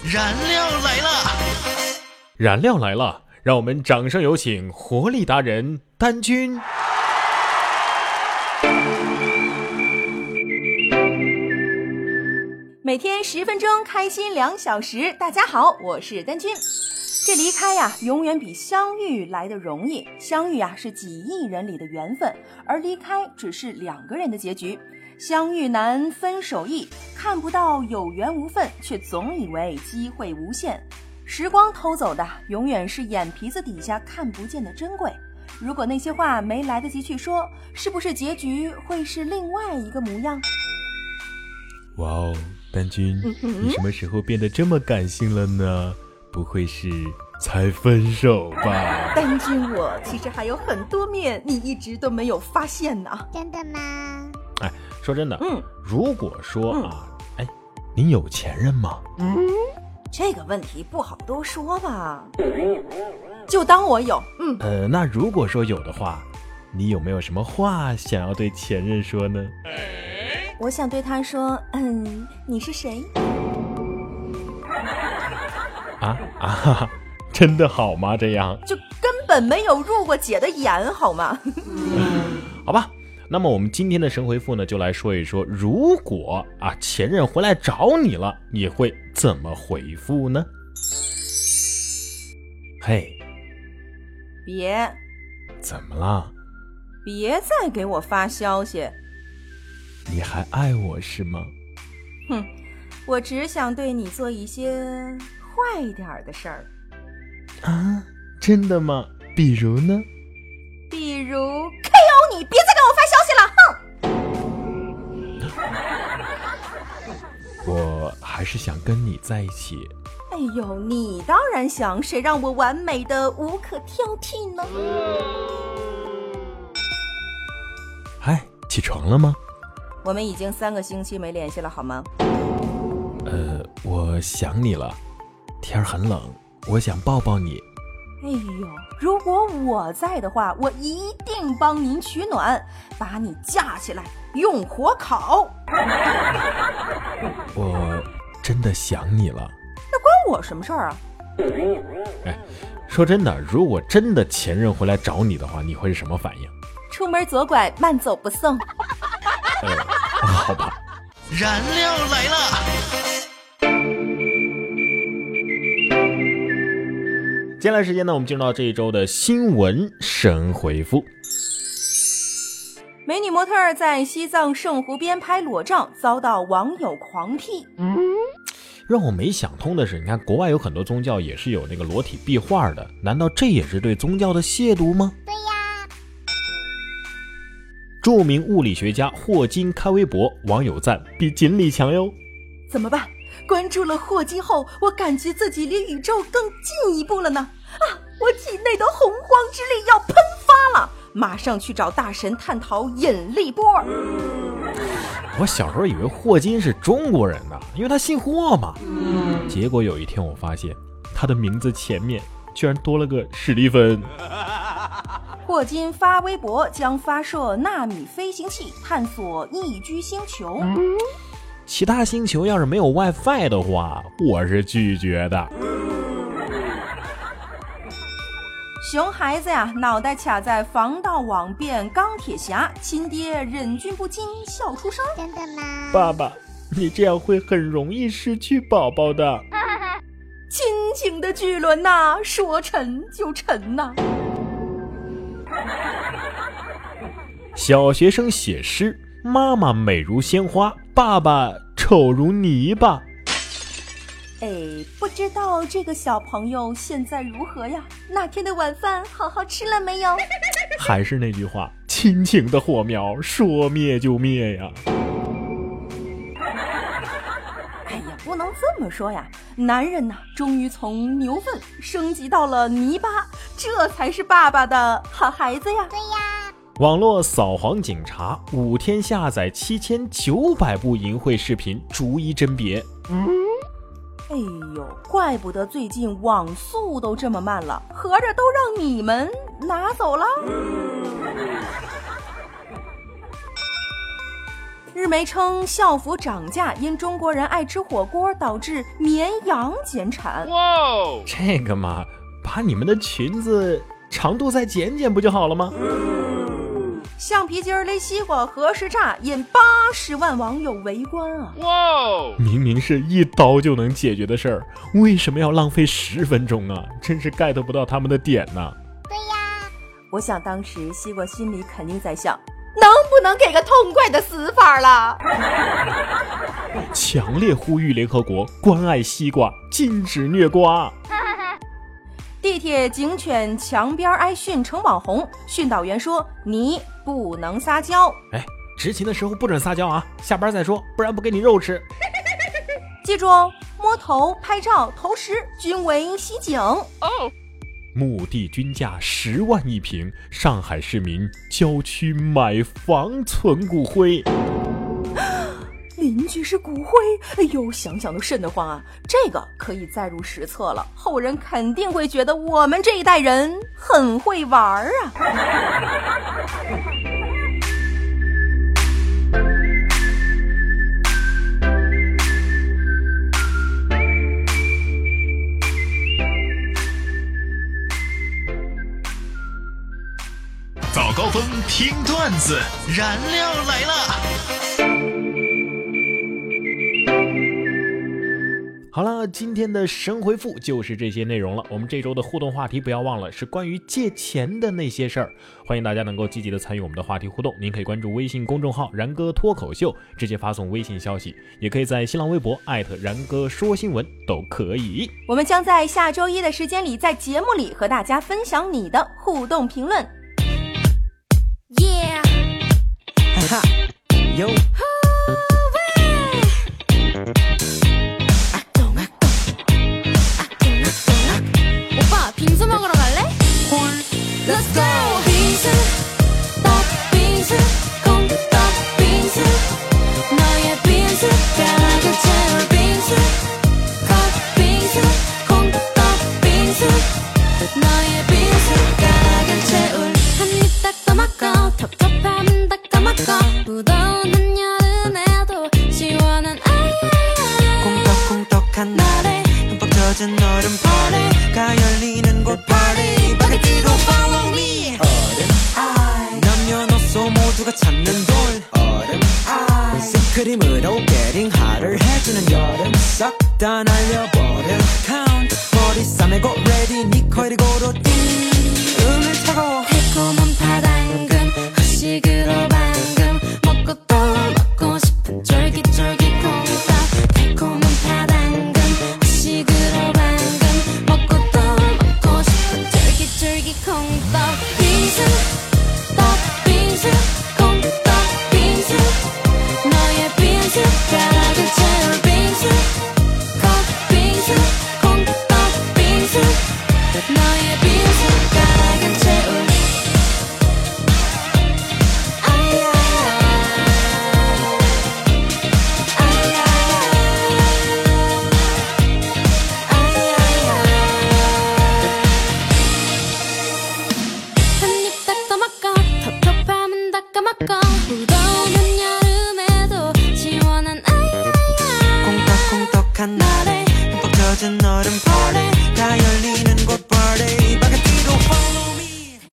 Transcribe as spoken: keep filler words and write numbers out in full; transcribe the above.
燃料来了！ 燃料来了，让我们掌声有请活力达人丹君。 每天十分钟，开心两小时。大家好，我是丹君。这离开呀，永远比相遇来得容易。相遇呀，是几亿人里的缘分，而离开只是两个人的结局。相遇难，分手易，看不到有缘无分，却总以为机会无限。时光偷走的，永远是眼皮子底下看不见的珍贵。如果那些话没来得及去说，是不是结局会是另外一个模样？ 哇哦，丹君，你什么时候变得这么感性了呢？不会是才分手吧？ 丹君，我其实还有很多面，你一直都没有发现呢。 真的吗？ 哎，说真的， 嗯， 如果说啊，哎、嗯，你有前任吗？ 嗯，这个问题不好多说吧，就当我有。嗯， 呃，那如果说有的话，你有没有什么话想要对前任说呢？ 我想对他说，嗯，你是谁？ 啊啊哈哈，真的好吗？这样就根本没有入过姐的眼，好吗？ 好吧，那么我们今天的神回复呢，就来说一说，如果啊前任回来找你了，你会怎么回复呢？嘿， 别， 怎么了？ 别再给我发消息。 你还爱我是吗？ 哼，我只想对你做一些坏点的事儿。 啊，真的吗？比如呢？ 比如 K O 你，别再给我发消息了， 哼！我还是想跟你在一起。 哎呦，你当然想，谁让我完美的无可挑剔呢？ 嗨，起床了吗？ 我们已经三个星期没联系了，好吗？ 呃，我想你了，天儿很冷，我想抱抱你。 哎呦，如果我在的话，我一定帮您取暖，把你架起来用火烤。 我真的想你了。 那关我什么事儿啊？ 哎，说真的，如果真的前任回来找你的话，你会是什么反应？ 出门左拐，慢走不送。 呃，好吧。 燃料来了！ 接下来时间呢，我们进入到这一周的新闻神回复。 美女模特在西藏圣湖边拍裸照，遭到网友狂批。 嗯，让我没想通的是，你看国外有很多宗教也是有那个裸体壁画的，难道这也是对宗教的亵渎吗？ 对呀。 著名物理学家霍金开微博，网友赞比锦鲤强哟。 怎么办？关注了霍金后，我感觉自己离宇宙更进一步了呢。啊，我体内的洪荒之力要喷发了，马上去找大神探讨引力波。 我小时候以为霍金是中国人呢，因为他姓霍嘛。嗯，结果有一天我发现他的名字前面居然多了个史蒂芬。 霍金发微博将发射纳米飞行器探索宜居星球。嗯， 其他星球要是没有 WiFi 的话，我是拒绝的。 熊孩子呀，脑袋卡在防盗网变钢铁侠，亲爹忍俊不禁笑出声。 真的吗？ 爸爸，你这样会很容易失去宝宝的。 亲情的巨轮呐、啊，说沉就沉呐、啊。 小学生写诗，妈妈美如鲜花，爸爸丑如泥巴。 哎，不知道这个小朋友现在如何呀？那天的晚饭好好吃了没有？ 还是那句话，亲情的火苗说灭就灭呀。 哎呀，不能这么说呀！男人呐、啊，终于从牛粪升级到了泥巴，这才是爸爸的好孩子呀。 对呀。 网络扫黄警察五天下载七千九百部淫秽视频，逐一甄别。 嗯，哎呦，怪不得最近网速都这么慢了，合着都让你们拿走了。 日媒称校服涨价，因中国人爱吃火锅，导致绵羊减产。 哇，这个嘛，把你们的裙子长度再减减不就好了吗？ 橡皮筋儿勒西瓜何时炸，引八十万网友围观啊！ 哇，明明是一刀就能解决的事儿，为什么要浪费十分钟啊？真是 get 不到他们的点呢。 对呀， 我想当时西瓜心里肯定在想，能不能给个痛快的死法了？ 强烈呼吁联合国关爱西瓜，禁止虐瓜。 地铁警犬墙边挨训成网红，训导员说你不能撒娇。 哎，执勤的时候不准撒娇啊，下班再说，不然不给你肉吃。 记住哦，摸头、拍照、投食均为袭警。哦， 墓地均价十万一平，上海市民郊区买房存骨灰。 邻居是骨灰，哎呦，想想都瘆得慌啊！这个可以载入史册了，后人肯定会觉得我们这一代人很会玩啊！ 早高峰听段子，燃料来了。 好了，今天的神回复就是这些内容了。我们这周的互动话题不要忘了，是关于借钱的那些事儿。欢迎大家能够积极的参与我们的话题互动，您可以关注微信公众号然哥脱口秀，直接发送微信消息，也可以在新浪微博艾特然哥说新闻都可以。 我们将在下周一的时间里，在节目里和大家分享你的互动评论。 Yeah. Yo. 오빠 빙수 먹으러 갈래? Let's go. 빙수, 떡 빙수, 콩떡 빙수, 너의 빙수, 가득 채울 빙수, 컵 빙수, 콩떡 빙수, 너의 빙수, 가득 채울 한 입 딱 떠먹고 텁텁함은 딱 까먹고 무더운 한여름에도 시원한 아이아이 콩떡콩떡한 날에 흠뻑 젖은 얼음벌에 가 열리는 곳 파티 바게트로 follow me 얼음 아이 남녀노소 모두가 찾는 돌 얼음 아이 생크림으로 getting hotter 해주는 여름 싹 다 날려버려 count 머리 싸매고 ready 네 코일이 고로 띵 음을 타고 달콤한 파당금 후식으로 방금 먹고 또 먹고 싶은 쫄깃쫄깃 콩떡 달콤한 파당금 후식으로 방금 먹고 또 먹고 싶은 쫄깃쫄깃 콩떡 빙수 떡 빙수 콩떡 빙수 너의 빙수 가득 채울 빙수 컵 빙수 콩떡 빙수 너의 빙수 가득 채울 한입 딱 떠먹고 텁텁함은 다 까먹고 무더운 한여름에도 시원한 아이아이아 콩떡콩떡한 날에 흠뻑 젖은 얼음벌에 다 열린